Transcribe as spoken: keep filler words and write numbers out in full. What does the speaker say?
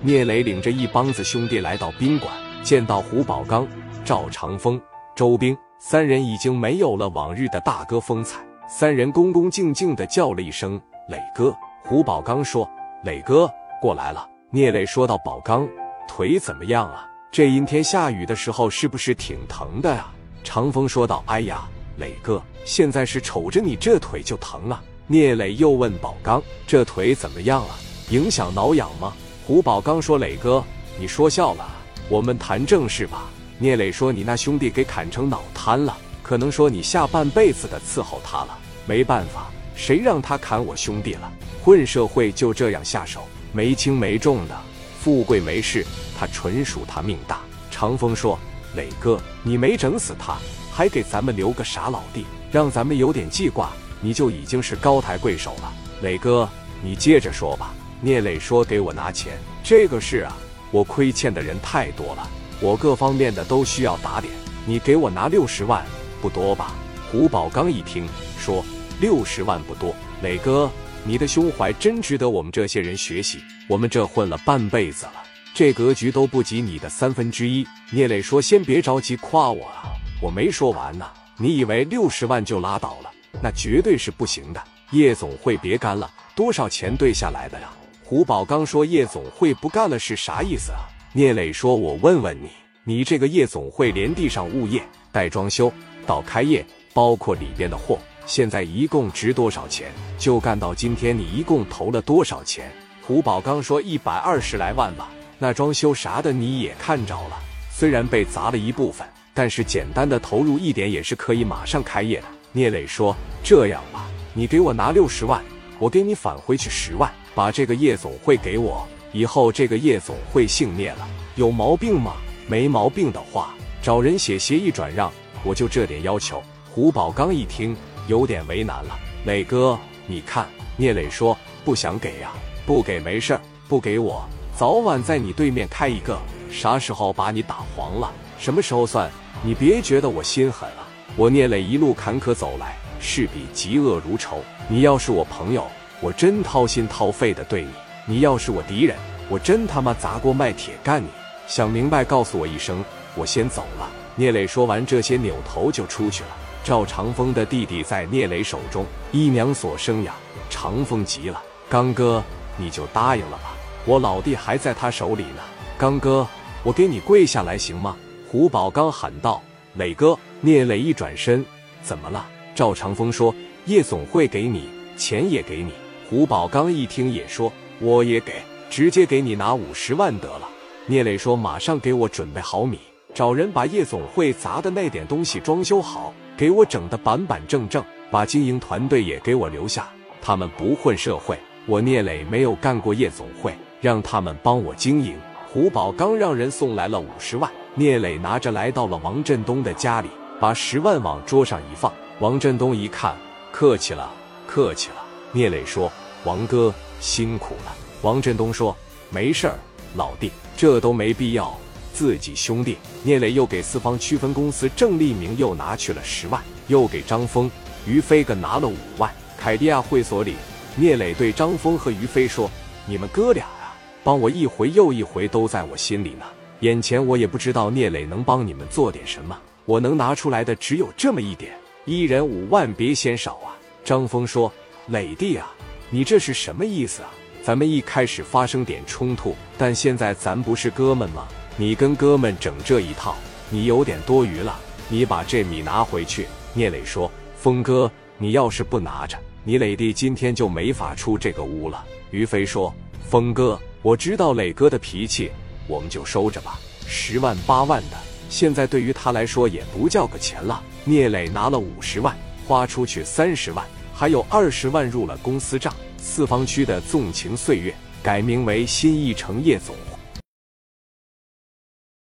聂磊领着一帮子兄弟来到宾馆，见到胡宝刚、赵长风、周兵三人已经没有了往日的大哥风采，三人恭恭敬敬地叫了一声磊哥。胡宝刚说：磊哥过来了。聂磊说道：宝刚，腿怎么样啊？这阴天下雨的时候是不是挺疼的呀？长风说道：哎呀，磊哥，现在是瞅着你这腿就疼啊。聂磊又问宝刚：这腿怎么样啊？影响挠痒吗？胡宝刚说：磊哥，你说笑了，我们谈正事吧。聂磊说：你那兄弟给砍成脑瘫了，可能说你下半辈子的伺候他了。没办法，谁让他砍我兄弟了？混社会就这样下手，没轻没重的。富贵没事，他纯属他命大。长风说：磊哥，你没整死他，还给咱们留个傻老弟，让咱们有点记挂，你就已经是高抬贵手了。磊哥，你接着说吧。聂磊说：给我拿钱，这个事啊，我亏欠的人太多了，我各方面的都需要打点，你给我拿六十万，不多吧？胡宝刚一听说六十万不多，磊哥，你的胸怀真值得我们这些人学习，我们这混了半辈子了，这格局都不及你的三分之一。聂磊说：先别着急夸我啊，我没说完呢。你以为六十万就拉倒了？那绝对是不行的。夜总会别干了，多少钱兑下来的呀？胡宝刚说：夜总会不干了是啥意思啊？聂磊说：我问问你，你这个夜总会连地上物业、带装修到开业，包括里边的货，现在一共值多少钱？就干到今天，你一共投了多少钱？胡宝刚说：一百二十来万吧。那装修啥的你也看着了，虽然被砸了一部分，但是简单的投入一点也是可以马上开业的。聂磊说：这样吧，你给我拿六十万，我给你返回去十万，把这个夜总会给我，以后这个夜总会姓聂了。有毛病吗？没毛病的话，找人写协议转让，我就这点要求。胡宝刚一听有点为难了。磊哥，你看。聂磊说：不想给呀、啊，不给没事儿，不给我早晚在你对面开一个，啥时候把你打黄了，什么时候算？你别觉得我心狠啊，我聂磊一路坎坷走来，是比嫉恶如仇。你要是我朋友，我真掏心掏肺的对你；你要是我敌人，我真他妈砸锅卖铁干你。想明白告诉我一声，我先走了。聂磊说完这些，扭头就出去了。赵长风的弟弟在聂磊手中依娘所生养，长风急了：刚哥，你就答应了吧，我老弟还在他手里呢。刚哥，我给你跪下来行吗？胡宝刚喊道：磊哥。聂磊一转身：怎么了？赵长风说：夜总会给你，钱也给你。胡宝刚一听也说：我也给，直接给你拿五十万得了。聂磊说：马上给我准备好米，找人把夜总会砸的那点东西装修好，给我整得板板正正，把经营团队也给我留下，他们不混社会，我聂磊没有干过夜总会，让他们帮我经营。胡宝刚让人送来了五十万，聂磊拿着来到了王振东的家里，把十万往桌上一放。王振东一看：客气了，客气了。聂磊说：王哥辛苦了。王振东说：没事儿，老弟，这都没必要，自己兄弟。聂磊又给四方区分公司郑立明又拿去了十万，又给张峰、于飞各拿了五万。凯迪亚会所里，聂磊对张峰和于飞说：你们哥俩啊，帮我一回又一回，都在我心里呢。眼前我也不知道聂磊能帮你们做点什么，我能拿出来的只有这么一点，一人五万，别嫌少啊。张峰说：磊弟啊，你这是什么意思啊？咱们一开始发生点冲突，但现在咱不是哥们吗？你跟哥们整这一套，你有点多余了，你把这米拿回去。聂磊说：峰哥，你要是不拿着，你磊弟今天就没法出这个屋了。于飞说：峰哥，我知道磊哥的脾气，我们就收着吧，十万八万的，现在对于他来说也不叫个钱了。聂磊拿了五十万，花出去三十万，还有二十万入了公司账。四方区的纵情岁月改名为新一城夜总会。